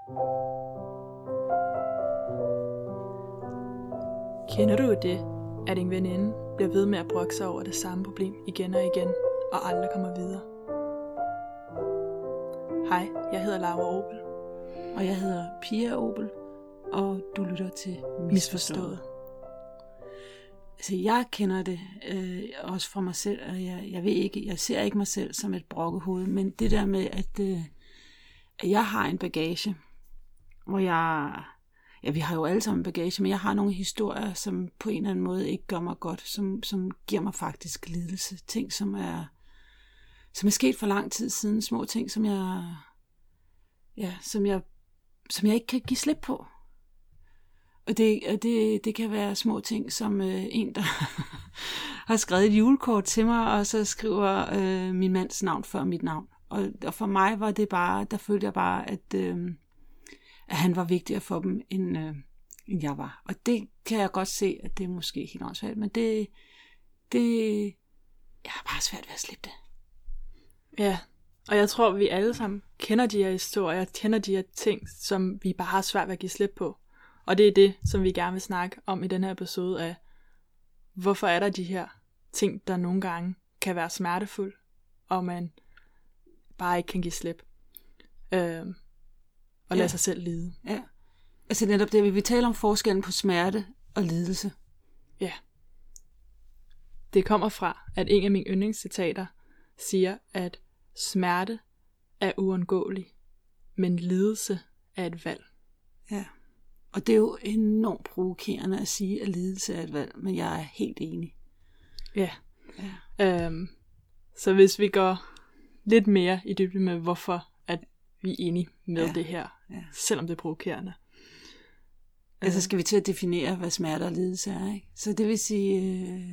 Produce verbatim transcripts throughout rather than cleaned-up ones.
Kender du det, at en veninde bliver ved med at brokke sig over det samme problem igen og igen, og aldrig kommer videre? Hej, jeg hedder Laura Opel. Og jeg hedder Pia Opel, og du lytter til Misforstået. Misforstået. Altså, jeg kender det øh, også fra mig selv, og jeg, jeg ved ikke, jeg ser ikke mig selv som et brokkehoved, men det der med, at, øh, at jeg har en bagage, hvor jeg... Ja, vi har jo alle sammen bagage, men jeg har nogle historier, som på en eller anden måde ikke gør mig godt, som, som giver mig faktisk lidelse. Ting, som er, som er sket for lang tid siden. Små ting, som jeg, ja, som jeg, som jeg ikke kan give slip på. Og det, og det, det kan være små ting, som øh, en, der har skrevet et julekort til mig, og så skriver øh, min mands navn før mit navn. Og, og for mig var det bare, der følte jeg bare, at... Øh, at han var vigtigere for dem, end, øh, end jeg var. Og det kan jeg godt se, at det er måske helt åndssvagt, men det, det, jeg har bare svært ved at slippe det. Ja, og jeg tror, vi alle sammen kender de her historier, kender de her ting, som vi bare har svært ved at give slip på. Og det er det, som vi gerne vil snakke om i den her episode af, hvorfor er der de her ting, der nogle gange kan være smertefulde, og man bare ikke kan give slip. Øh, Og lade ja. sig selv lide. Ja. Altså netop det, vi vil tale om forskellen på smerte og lidelse. Ja. Det kommer fra, at en af mine yndlingscitater siger, at smerte er uundgåelig, men lidelse er et valg. Ja. Og det er jo enormt provokerende at sige, at lidelse er et valg, men jeg er helt enig. Ja. ja. Øhm, så hvis vi går lidt mere i dybden med, hvorfor vi er enige med ja, det her, ja. selvom det er provokerende. Altså skal vi til at definere, hvad smerte og lidelse er, ikke? Så det vil sige, øh,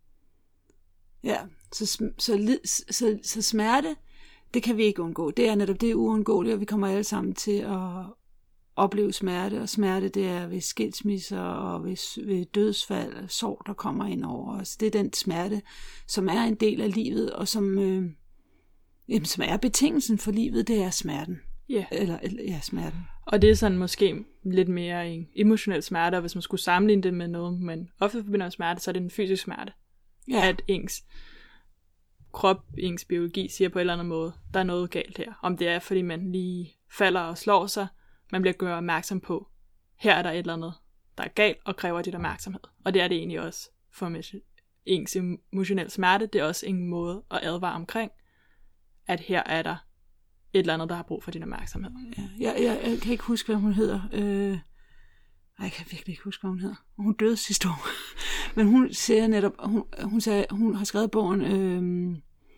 ja, så, så, lid, så, så smerte, det kan vi ikke undgå. Det er netop, det er uundgåeligt, og vi kommer alle sammen til at opleve smerte, og smerte, det er ved skilsmisser, og ved, ved dødsfald, sorg, der kommer ind over os. Det er den smerte, som er en del af livet, og som... Øh, Jamen, som er betingelsen for livet, det er smerten. Ja. Eller, eller ja, smerten. Og det er sådan måske lidt mere en emotionel smerte, og hvis man skulle sammenligne det med noget, man ofte forbinder med smerte, så er det en fysisk smerte. Ja. At ens krop, ens biologi siger på en eller anden måde, der er noget galt her. Om det er, fordi man lige falder og slår sig, man bliver gjort opmærksom på, her er der et eller andet, der er galt og kræver dit opmærksomhed. Og det er det egentlig også for ens emotionel smerte. Det er også en måde at advare omkring, at her er der et eller andet, der har brug for din opmærksomhed. Ja, jeg, jeg, jeg kan ikke huske, hvad hun hedder. Øh, jeg kan virkelig ikke huske, hvad hun hedder. Hun døde sidste år. Men hun siger netop, hun, hun, sagde, hun har skrevet bogen øh,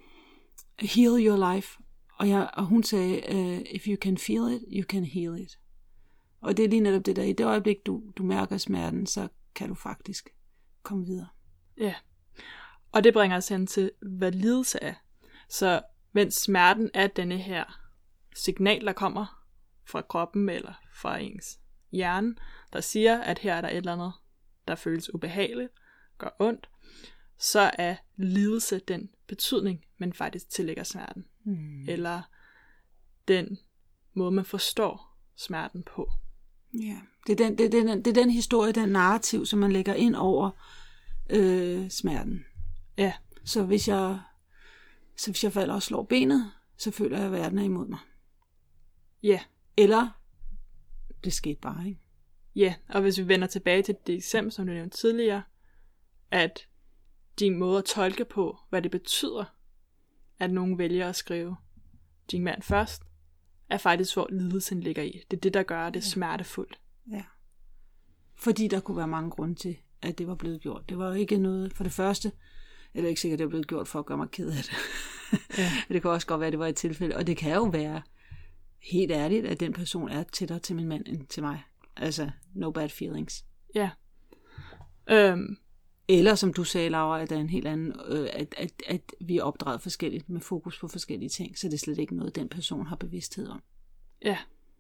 Heal Your Life. Og, jeg, og hun sagde, uh, if you can feel it, you can heal it. Og det er lige netop det der. I det øjeblik, du, du mærker smerten, så kan du faktisk komme videre. Ja. Og det bringer os hen til, hvad lidelse er. Så mens smerten er denne her signal, der kommer fra kroppen eller fra ens hjerne, der siger, at her er der et eller andet, der føles ubehageligt, gør ondt, så er lidelse den betydning, man faktisk tillægger smerten. Hmm. Eller den måde, man forstår smerten på. Ja, det er den, det er den, det er den historie, den narrativ, som man lægger ind over øh, smerten. Ja. Så hvis jeg... Så hvis jeg falder og slår benet, så føler jeg, at verden er imod mig. Ja. Yeah. Eller, det skete bare, ikke? Ja, yeah. Og hvis vi vender tilbage til det eksempel, som du nævnte tidligere, at din måde at tolke på, hvad det betyder, at nogen vælger at skrive din mand først, er faktisk, hvor lidelsen ligger i. Det er det, der gør det ja. smertefuldt. Ja. Fordi der kunne være mange grunde til, at det var blevet gjort. Det var ikke noget, for det første, eller ikke sikkert, det er blevet gjort for at gøre mig ked af det. Ja. Det kan også godt være, at det var et tilfælde. Og det kan jo være helt ærligt, at den person er tættere til min mand end til mig. Altså, no bad feelings. Ja. Øhm. Eller som du sagde, Laura, at der er en helt anden, øh, at, at, at vi er opdraget forskelligt med fokus på forskellige ting, så det er slet ikke noget, den person har bevidsthed om. Ja.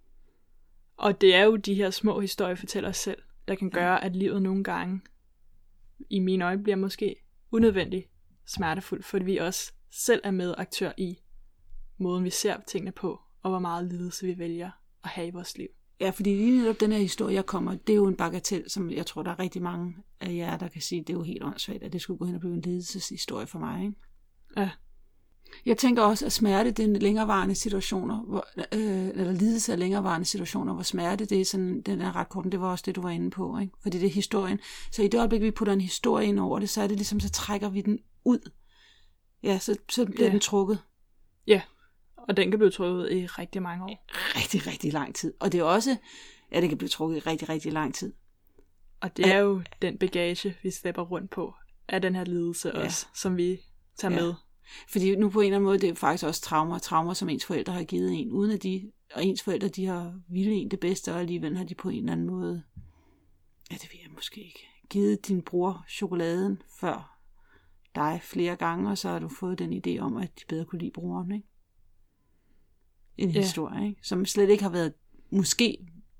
Og det er jo de her små historier, fortæller os selv, der kan gøre, ja. at livet nogle gange, i mine øjne, bliver måske unødvendigt smertefuldt, fordi vi også selv er medaktør i måden, vi ser tingene på, og hvor meget lidelse vi vælger at have i vores liv. Ja, fordi lige netop den her historie, jeg kommer, det er jo en bagatel, som jeg tror, der er rigtig mange af jer, der kan sige, det er jo helt åndssvagt, at det skulle gå hen og blive en ledelseshistorie for mig, ikke? Ja. Jeg tænker også, at smerte, det er længerevarende situationer, hvor, øh, eller lidelse af længerevarende situationer, hvor smerte, det er sådan, den er ret kort, det var også det, du var inde på, ikke? Fordi det er historien. Så i det øjeblik, vi putter en historie ind over det, så er det ligesom, så trækker vi den ud. Ja, så, så bliver ja. den trukket. Ja, og den kan blive trukket i rigtig mange år. Rigtig, rigtig lang tid. Og det er også, ja, det kan blive trukket i rigtig, rigtig lang tid. Og det er jo den bagage, vi slæber rundt på, af den her lidelse ja. også, som vi tager ja. med. Fordi nu på en eller anden måde, det er faktisk også traumer, traumer, som ens forældre har givet en, uden at de, og ens forældre, de har ville en det bedste, og alligevel har de på en eller anden måde, ja, det ved jeg måske ikke, givet din bror chokoladen før dig flere gange, og så har du fået den idé om, at de bedre kunne lide broren, ikke? En ja. historie, ikke? Som slet ikke har været, måske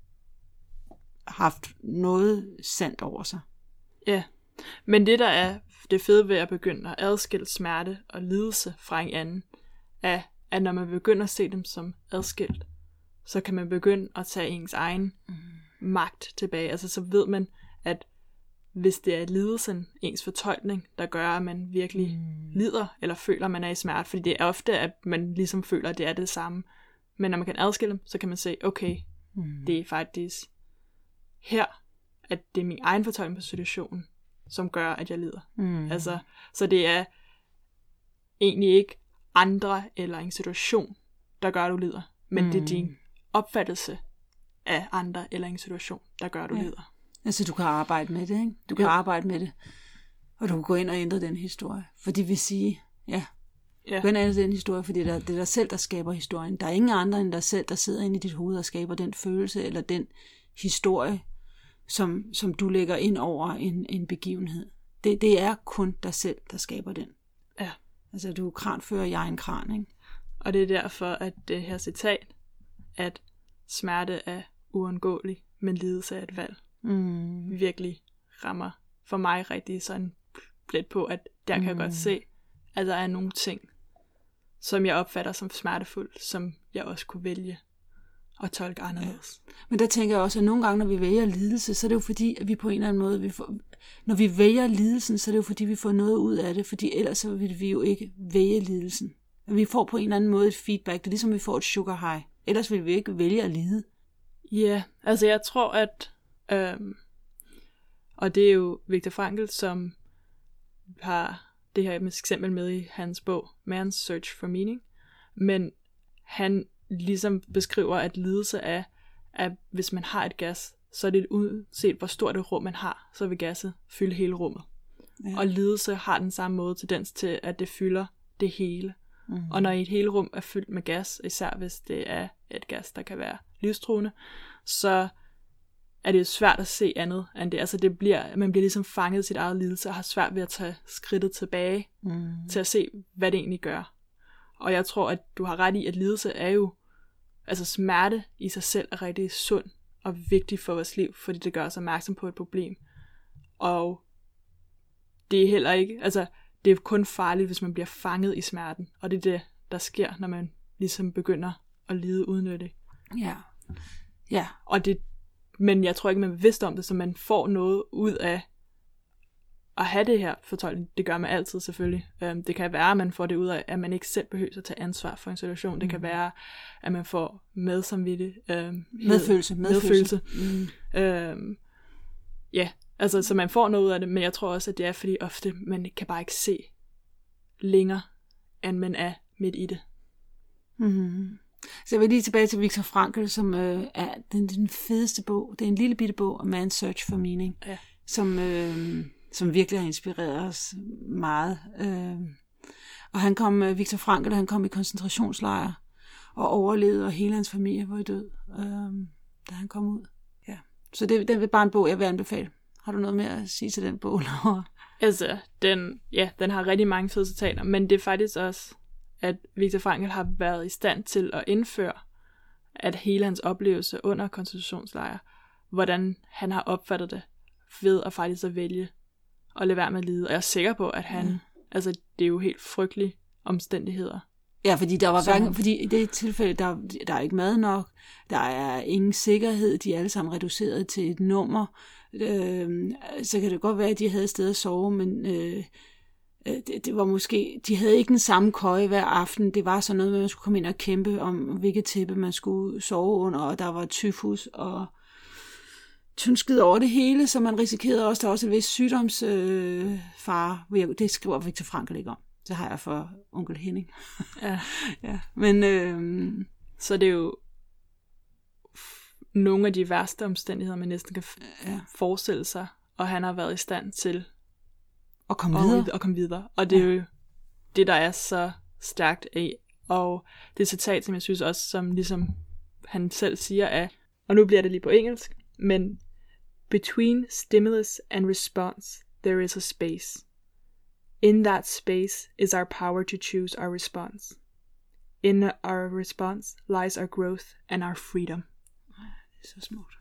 haft noget sandt over sig. Ja, men det der er det fede ved at begynde at adskille smerte og lidelse fra en anden, er, at når man begynder at se dem som adskilt, så kan man begynde at tage ens egen mm. magt tilbage. Altså så ved man, at hvis det er lidelsen, ens fortolkning, der gør, at man virkelig mm. lider, eller føler, at man er i smerte, fordi det er ofte, at man ligesom føler, at det er det samme. Men når man kan adskille dem, så kan man se, okay, mm. det er faktisk her, at det er min egen fortolkning på situationen, som gør, at jeg lider. Mm. Altså, så det er egentlig ikke andre eller en situation, der gør, at du lider, men mm. det er din opfattelse af andre eller en situation, der gør, at du ja. lider. Altså, du kan arbejde med det, ikke? Du kan ja. arbejde med det, og du kan gå ind og ændre den historie. For det vil sige, ja, ja. du kan ændre den historie, fordi det er, det er dig selv, der skaber historien. Der er ingen andre end dig selv, der sidder inde i dit hoved og skaber den følelse, eller den historie, som, som du lægger ind over en, en begivenhed. Det, det er kun dig selv, der skaber den. Ja. Altså, du er kranfører, jeg er en kran, ikke? Og det er derfor, at det her citat, at smerte er uundgåelig, men lidelse er et valg, mm. virkelig rammer for mig rigtig sådan plet på, at der kan mm. jeg godt se, at der er nogle ting, som jeg opfatter som smertefuldt, som jeg også kunne vælge og tolke anderledes. Ja. Men der tænker jeg også, at nogle gange, når vi vælger lidelse, så er det jo fordi, at vi på en eller anden måde, vi får, når vi vælger lidelsen, så er det jo fordi, vi får noget ud af det, fordi ellers så vil vi jo ikke vælge lidelsen. Vi får på en eller anden måde et feedback, det er ligesom, vi får et sugar high. Ellers vil vi ikke vælge at lide. Ja, yeah, altså jeg tror, at, øhm, og det er jo Viktor Frankl, som har det her eksempel med i hans bog, Man's Search for Meaning, men han ligesom beskriver, at lidelse er, at hvis man har et gas, så er det uanset hvor stort et rum man har, så vil gasset fylde hele rummet. Ja. Og lidelse har den samme måde tendens til, at det fylder det hele. Mm. Og når et hele rum er fyldt med gas, især hvis det er et gas, der kan være livstruende, så er det svært at se andet end det. Altså det bliver, man bliver ligesom fanget i sit eget lidelse og har svært ved at tage skridtet tilbage mm. til at se, hvad det egentlig gør. Og jeg tror, at du har ret i, at lidelse er jo, altså smerte i sig selv er rigtig sund og vigtig for vores liv, fordi det gør os opmærksom på et problem. Og det er heller ikke, altså det er kun farligt, hvis man bliver fanget i smerten. Og det er det, der sker, når man ligesom begynder at lide udnytte. Ja. Ja. Og det, men jeg tror ikke, man er bevidst om det, så man får noget ud af at have det her fortolkning. Det gør man altid selvfølgelig. Um, det kan være, at man får det ud af, at man ikke selv behøver at tage ansvar for en situation. Mm. Det kan være, at man får medsamvittighed. Um, medfølelse. Medfølelse. medfølelse. Mm. Um, ja, altså så man får noget ud af det, men jeg tror også, at det er, fordi ofte man kan bare ikke se længere, end man er midt i det. Mm. Så jeg vil lige tilbage til Viktor Frankl, som øh, er den, den fedeste bog. Det er en lille bitte bog om Man's Search for Meaning, ja. som, øh, som virkelig har inspireret os meget. Øh. Og han kom, øh, Viktor Frankl, han kom i koncentrationslejre og overlevede, og hele hans familie var død, øh, da han kom ud. Ja. Så det, det er bare en bog, jeg vil anbefale. Har du noget mere at sige til den bog, Laura? Altså, den, ja, den har rigtig mange fede citater, men det er faktisk også, at Viktor Frankl har været i stand til at indføre, at hele hans oplevelse under koncentrationslejre, hvordan han har opfattet det, ved at faktisk at vælge at lade være med at lide. Og jeg er sikker på, at han, ja. altså det er jo helt frygtelige omstændigheder, Ja, fordi der var hverken, fordi i det tilfælde, der, der er ikke mad nok, der er ingen sikkerhed, de er alle sammen reduceret til et nummer. Øh, så kan det godt være, at de havde et sted at sove, men øh, det, det var måske, de havde ikke den samme køje hver aften. Det var sådan noget, at man skulle komme ind og kæmpe om, hvilket tæppe man skulle sove under, og der var tyfus og tyndskid over det hele, så man risikerede også, der også et vist sygdomsfare. Øh, det skriver Viktor Frankl ikke om. Det har jeg for onkel Henning. Ja. ja. Men, øh, så det er jo nogle af de værste omstændigheder, man næsten kan f- ja. forestille sig, og han har været i stand til at komme videre. At, at komme videre. Og det er ja. jo det, der er så stærkt af. Og det citat, som jeg synes også, som ligesom han selv siger, er, og nu bliver det lige på engelsk, men between stimulus and response, there is a space. In that space is our power to choose our response. In our response lies our growth and our freedom. Det er så smukt.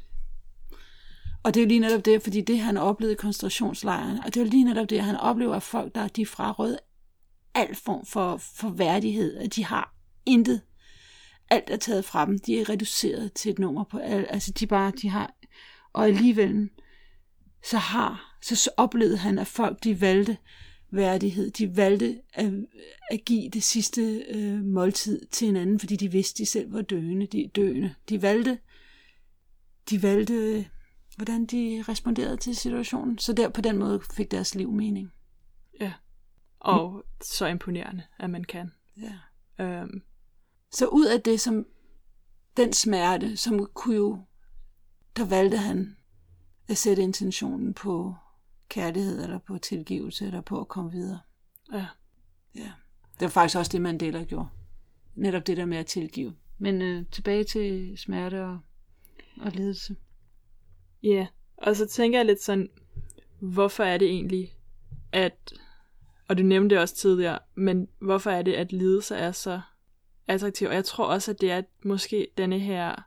Og det er jo lige netop det, fordi det han oplevede i koncentrationslejren, og det er jo lige netop det, han oplever af folk, der de frarøvet al form for, for værdighed, at de har intet. Alt er taget fra dem. De er reduceret til et nummer på alt. Altså de bare, de har, og alligevel så har, så oplevede han, at folk de valgte værdighed. De valgte at, at give det sidste øh, måltid til hinanden, fordi de vidste, de selv var døende. De døende. De valgte, de valgte, hvordan de responderede til situationen. Så der på den måde fik deres liv mening. Ja. Og mm. så imponerende, at man kan. Ja. Um. Så ud af det, som den smerte, som kunne jo, der valgte han at sætte intentionen på kærlighed, eller på tilgivelse, eller på at komme videre. Ja. Ja. Det var faktisk også det, Mandela gjorde. Netop det der med at tilgive. Men øh, tilbage til smerte og, og lidelse. Ja, yeah. Og så tænker jeg lidt sådan, hvorfor er det egentlig, at, og du nævnte det også tidligere, men hvorfor er det, at lidelse er så attraktiv? Og jeg tror også, at det er måske denne her,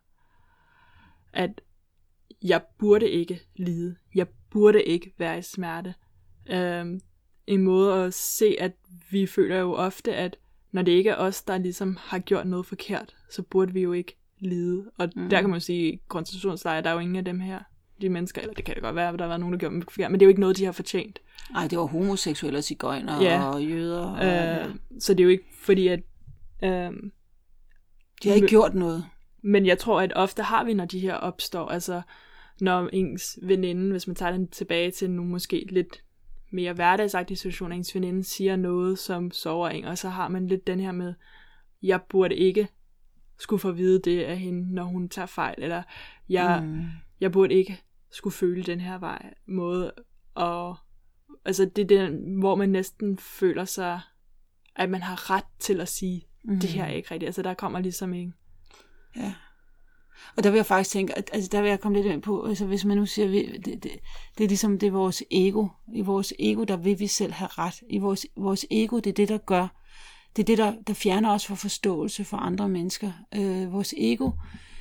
at jeg burde ikke lide. Jeg burde ikke være i smerte. Øhm, en måde at se, at vi føler jo ofte, at når det ikke er os, der ligesom har gjort noget forkert, så burde vi jo ikke lide. Og mm. der kan man jo sige, i koncentrationslejre, der er jo ingen af dem her, de mennesker, eller det kan det godt være, at der har været nogen, der gjorde noget forkert, men det er jo ikke noget, de har fortjent. Nej, det var homoseksuelle og sigøjner ja. og jøder. Og, øh, ja. Så det er jo ikke fordi, at øh, de har ikke gjort noget. Men jeg tror, at ofte har vi, når de her opstår, altså når ens veninde, hvis man tager den tilbage til nogle måske lidt mere hverdagsagtige situationer, ens veninde siger noget, som sover en, og så har man lidt den her med, jeg burde ikke skulle få vide det af hende, når hun tager fejl, eller jeg, mm. jeg burde ikke skulle føle den her vej, måde, og altså det er den, hvor man næsten føler sig, at man har ret til at sige, mm. det her er ikke rigtigt, altså der kommer ligesom en. Ja. Og der vil jeg faktisk tænke, at, altså der vil jeg komme lidt ind på, altså hvis man nu siger, det, det, det er ligesom, det er vores ego. I vores ego, der vil vi selv have ret. I vores, vores ego, det er det, der gør, det er det, der, der fjerner os fra forståelse for andre mennesker. Øh, vores ego,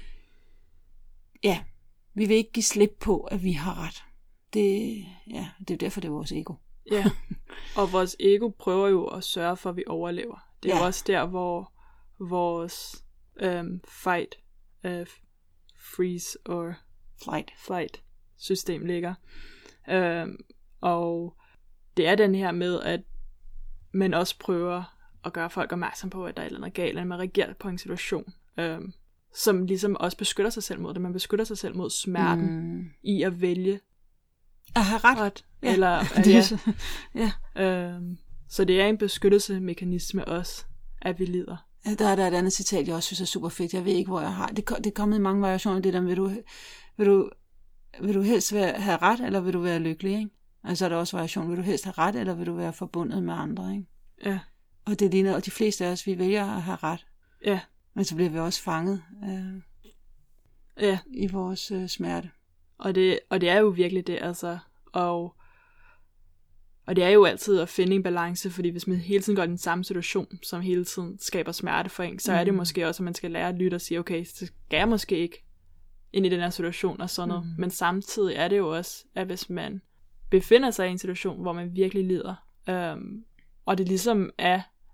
ja, vi vil ikke give slip på, at vi har ret. Det, ja, det er derfor, det er vores ego. Ja, og vores ego prøver jo at sørge for, at vi overlever. Det er ja. jo også der, hvor vores øhm, fight, øh, freeze or flight, flight system ligger. Øhm, og det er den her med, at man også prøver at gøre folk opmærksom på, at der er et eller andet galt, at man reagerer på en situation, øhm, som ligesom også beskytter sig selv mod det. Man beskytter sig selv mod smerten mm. i at vælge at have ret. ret ja. Eller, at, ja. ja. Øhm, så det er en beskyttelsesmekanisme også, at vi lider. Ja, der er der et andet citat, jeg også synes er super fedt. Jeg ved ikke, hvor jeg har. Det, det er kommet i mange variationer. Det der, vil du, vil du, vil du helst være, have ret, eller vil du være lykkelig, ikke? Altså er der også variation. Vil du helst have ret, eller vil du være forbundet med andre, ikke? Ja. Og det ligner, og de fleste af os, vi vælger at have ret. Ja. Men så bliver vi også fanget øh, ja. i vores øh, smerte. Og det, og det er jo virkelig det, altså. Og, og det er jo altid at finde en balance, fordi hvis man hele tiden går i den samme situation, som hele tiden skaber smerte for en, så mm. er det måske også, at man skal lære at lytte og sige, okay, så skal jeg måske ikke ind i den her situation og sådan noget. Mm. Men samtidig er det jo også, at hvis man befinder sig i en situation, hvor man virkelig lider, øhm, og det ligesom er,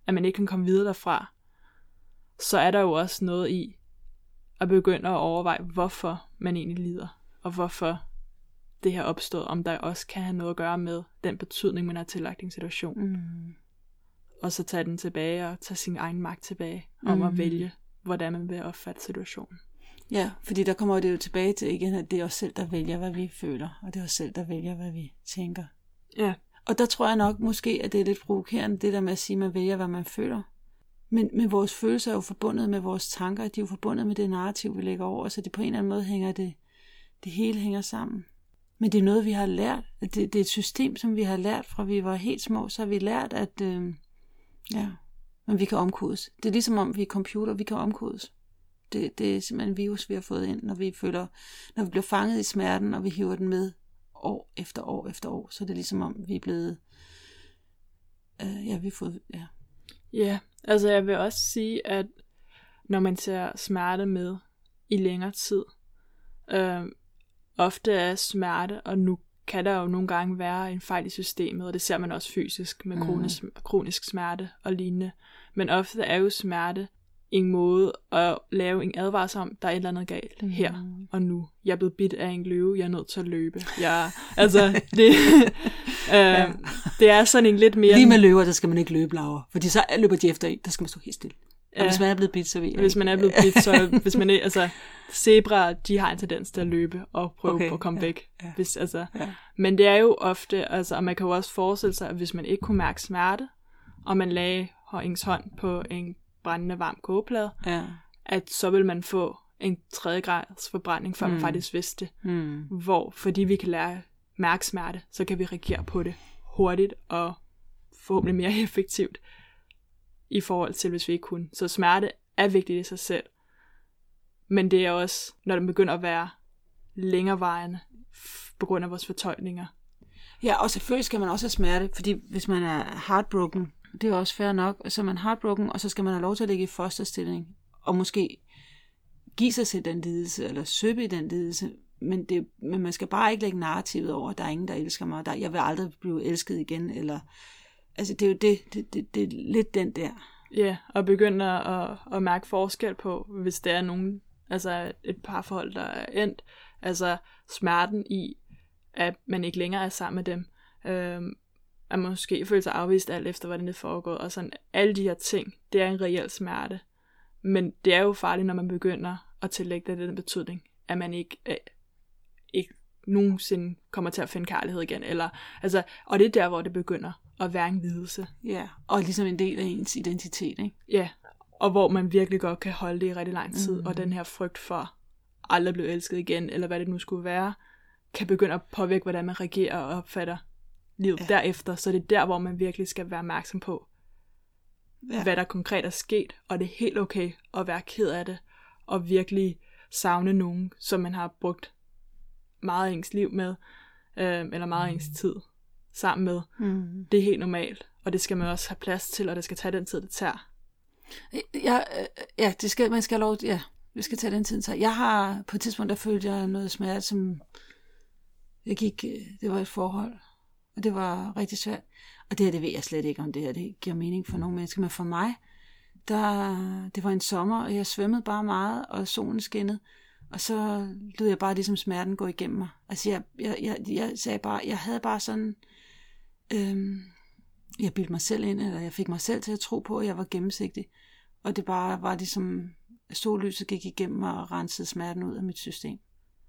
at man ikke kan komme videre derfra, så er der jo også noget i at begynde at overveje, hvorfor man egentlig lider, og hvorfor det her opstår, om der også kan have noget at gøre med den betydning, man har tillagt i en situation. Mm. Og så tage den tilbage og tage sin egen magt tilbage, om mm. at vælge, hvordan man vil opfatte situationen. Ja, fordi der kommer det jo tilbage til igen, at det er os selv, der vælger, hvad vi føler, og det er os selv, der vælger, hvad vi tænker. Ja. Og der tror jeg nok måske, at det er lidt provokerende, det der med at sige, at man vælger, hvad man føler. Men, men vores følelser er jo forbundet med vores tanker, de er jo forbundet med det narrativ, vi lægger over, så det på en eller anden måde hænger det, det hele hænger sammen. Men det er noget, vi har lært. Det, det er et system, som vi har lært fra vi var helt små, så har vi lært, at øh, ja, men vi kan omkodes. Det er ligesom om vi er computer, vi kan omkodes. Det, det er simpelthen en virus, vi har fået ind, når vi føler, når vi bliver fanget i smerten, og vi hiver den med år efter år efter år, så det er ligesom om vi er blevet, øh, ja, vi har fået, ja. Ja, altså jeg vil også sige, at når man ser smerte med i længere tid, øh, ofte er smerte, og nu kan der jo nogle gange være en fejl i systemet, og det ser man også fysisk med kronisk, mm. kronisk smerte og lignende. Men ofte er jo smerte en måde at lave en advarsel om, der er et eller andet galt mm. her og nu. Jeg er blevet bidt af en løve, jeg er nødt til at løbe. Jeg, altså, det, øh, ja. det er sådan en lidt mere... Lige med løver, der skal man ikke løbe, Laura, fordi så løber de efter en, der skal man stå helt stille. Og ja. Hvis man er blevet bidt, så ved jeg Hvis man er blevet bidt, så hvis man er, altså, zebraer, de har en tendens til at løbe og prøve okay, at komme ja, væk. Ja, hvis, altså, ja. Men det er jo ofte, altså, og man kan jo også forestille sig, at hvis man ikke kunne mærke smerte, og man lagde ens hånd på en brændende varm kogeplade, ja. At så vil man få en tredje grads forbrænding, før mm. man faktisk vidste det. Mm. Hvor, fordi vi kan lære mærke smerte, så kan vi reagere på det hurtigt og forhåbentlig mere effektivt i forhold til, hvis vi ikke kunne. Så smerte er vigtigt i sig selv. Men det er også, når den begynder at være længerevarende på grund af vores fortolkninger. Ja, og selvfølgelig skal man også have smerte, fordi hvis man er heartbroken, det er også fair nok, så er man heartbroken, og så skal man have lov til at ligge i fosterstilling, og måske give sig selv den lidelse, eller søbe i den lidelse, men, det, men man skal bare ikke lægge narrativet over, at der er ingen, der elsker mig, der, jeg vil aldrig blive elsket igen, eller, altså det er jo det, det, det, det er lidt den der. Ja, og begynde at, at mærke forskel på, hvis der er nogen, altså et parforhold, der er endt, altså smerten i, at man ikke længere er sammen med dem, øhm, at man måske føler sig afvist alt efter, hvordan det foregår, og sådan, alle de her ting, det er en reel smerte, men det er jo farligt, når man begynder at tillægge det den betydning, at man ikke, øh, ikke nogensinde kommer til at finde kærlighed igen, eller, altså, og det er der, hvor det begynder at være en lidelse. Ja, og ligesom en del af ens identitet, ikke? Ja, og hvor man virkelig godt kan holde det i rigtig lang tid, mm. og den her frygt for aldrig blive elsket igen, eller hvad det nu skulle være, kan begynde at påvirke, hvordan man reagerer og opfatter livet ja. Derefter, så det er der, hvor man virkelig skal være opmærksom på, ja. Hvad der konkret er sket, og det er helt okay at være ked af det, og virkelig savne nogen, som man har brugt meget af ens liv med, øh, eller meget af ens tid sammen med. Mm. Det er helt normalt, og det skal man også have plads til, og det skal tage den tid, det tager. Ja, ja det skal, man skal have lov, ja, vi skal tage den tid, det tager. Jeg har, på et tidspunkt, der følte jeg noget smerte, som jeg gik, det var et forhold, og det var rigtig svært. Og det her, det ved jeg slet ikke, om det her det giver mening for nogle mennesker, men for mig, der, det var en sommer, og jeg svømmede bare meget, og solen skinnede, og så lød jeg bare ligesom smerten gå igennem mig. Altså, jeg, jeg, jeg, jeg sagde bare, jeg havde bare sådan, øhm, jeg bildte mig selv ind, eller jeg fik mig selv til at tro på, at jeg var gennemsigtig, og det bare var ligesom, sollyset gik igennem mig og rensede smerten ud af mit system.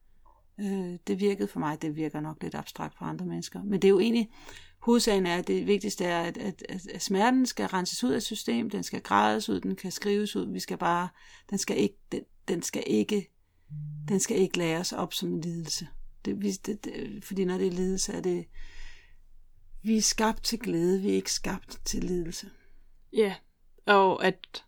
Øh, det virkede for mig, det virker nok lidt abstrakt for andre mennesker, men det er jo egentlig, hovedsagen er, at det vigtigste er, at, at, at smerten skal renses ud af systemet, den skal grædes ud, den kan skrives ud, vi skal bare, den skal ikke, den, den skal ikke, den skal ikke læres op som en lidelse. Det, det, det, fordi når det er lidelse, er det, vi er skabt til glæde, vi er ikke skabt til lidelse. Ja, og at,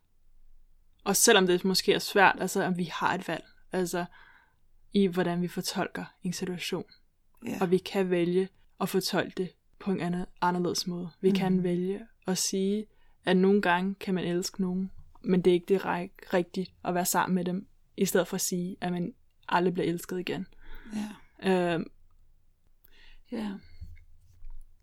og selvom det måske er svært, altså at vi har et valg, altså i hvordan vi fortolker en situation, ja. Og vi kan vælge at fortolke det på en anden, anderledes måde. Vi mm. kan vælge at sige, at nogle gange kan man elske nogen, men det er ikke det rigtigt at være sammen med dem, i stedet for at sige, at man aldrig bliver elsket igen. Ja. Øhm. Ja.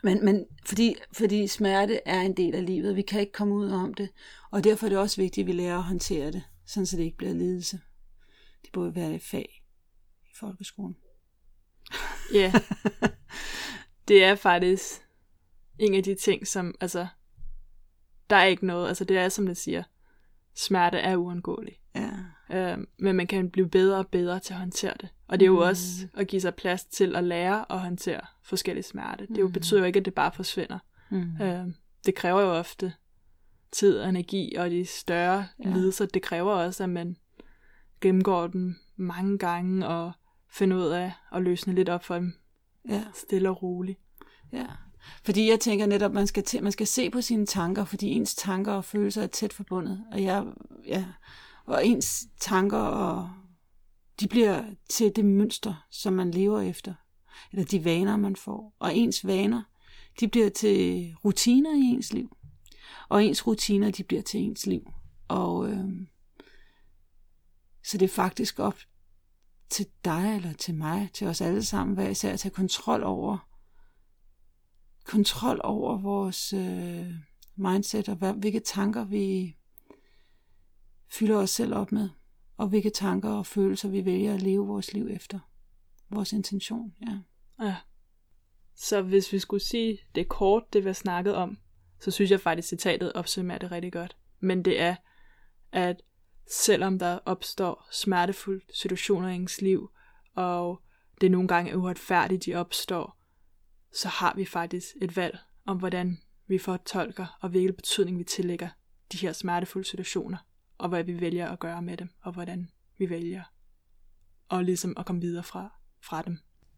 Men, men fordi, fordi smerte er en del af livet, vi kan ikke komme ud om det, og derfor er det også vigtigt, at vi lærer at håndtere det, sådan så det ikke bliver lidelse. Det burde være et fag i folkeskolen. Ja, det er faktisk en af de ting, som, altså, der er ikke noget, altså det er som det siger, smerte er uundgåelig. Ja. Øhm, men man kan blive bedre og bedre til at håndtere det. Og det er jo mm. også at give sig plads til at lære at håndtere forskellige smerte. Det jo betyder jo ikke, at det bare forsvinder. Mm. Øhm, det kræver jo ofte tid og energi, og de større ja. lidelser, det kræver også, at man gennemgår dem mange gange, og finder ud af at løsne lidt op for dem. Ja. Stille og roligt. Ja. Fordi jeg tænker netop, man skal, t- man skal se på sine tanker, fordi ens tanker og følelser er tæt forbundet. Og, jeg, ja, og ens tanker, og de bliver til det mønster, som man lever efter. Eller de vaner, man får. Og ens vaner, de bliver til rutiner i ens liv. Og ens rutiner, de bliver til ens liv. Og øh, så det er faktisk op til dig, eller til mig, til os alle sammen, hver især at tage kontrol over kontrol over vores øh, mindset, og hvad, hvilke tanker vi fylder os selv op med, og hvilke tanker og følelser vi vælger at leve vores liv efter. Vores intention, ja. Ja. Så hvis vi skulle sige det kort, det vi har snakket om, så synes jeg faktisk, citatet opsummerer det rigtig godt. Men det er, at selvom der opstår smertefulde situationer i ens liv, og det nogle gange er uretfærdigt, de opstår, så har vi faktisk et valg om, hvordan vi fortolker og hvilken betydning vi tillægger de her smertefulde situationer, og hvad vi vælger at gøre med dem, og hvordan vi vælger og ligesom at komme videre fra, fra dem.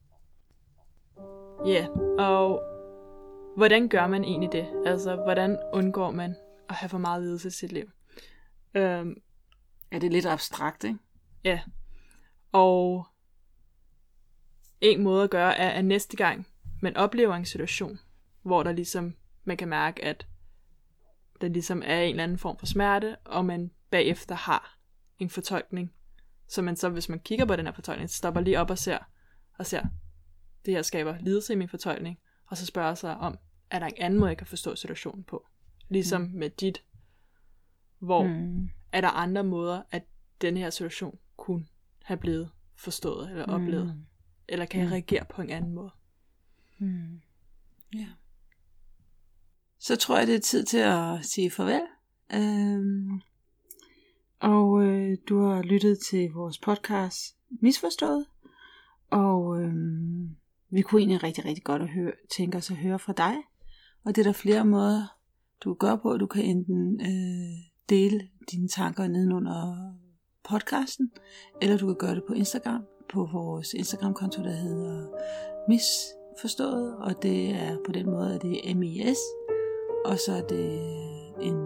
Ja, yeah. Og hvordan gør man egentlig det? Altså, hvordan undgår man at have for meget lidelse i sit liv? Øhm, er det lidt abstrakt, ikke? Ja. Og en måde at gøre er, at næste gang man oplever en situation, hvor der ligesom, man kan mærke, at der ligesom er en eller anden form for smerte, og man bagefter har en fortolkning, så man så, hvis man kigger på den her fortolkning, stopper lige op og ser, og ser, det her skaber lidelse i min fortolkning, og så spørger sig om, er der en anden måde, jeg kan forstå situationen på? Ligesom mm. med dit, hvor mm. er der andre måder, at den her situation kunne have blevet forstået eller oplevet, mm. eller kan jeg reagere på en anden måde? Mm. Ja. Så tror jeg, det er tid til at sige farvel. Øhm, og øh, du har lyttet til vores podcast Misforstået. Og øhm, vi kunne egentlig rigtig, rigtig godt at høre, tænke os at høre fra dig. Og det er der flere måder, du kan gøre på. Du kan enten øh, dele dine tanker nedenunder podcasten, eller du kan gøre det på Instagram, på vores Instagram-konto, der hedder Misforstået, og det er på den måde, at det er M I S, og så er det en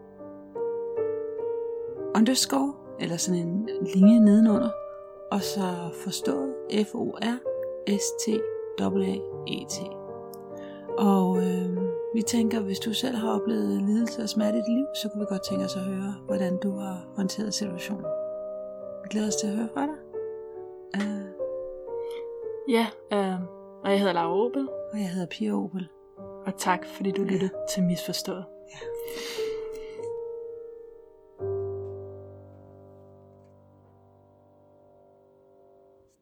underscore, eller sådan en linje nedenunder, og så forstået, F O R S T A A E T. Og øh, vi tænker, hvis du selv har oplevet lidelse og smerte i dit liv, så kunne vi godt tænke os at høre, hvordan du har håndteret situationen. Vi glæder os til at høre fra dig. Uh, ja, øh, og jeg hedder Laura Opel. Og jeg hedder Pia Opel. Og tak, fordi du lyttede ja. til Misforstået. Ja.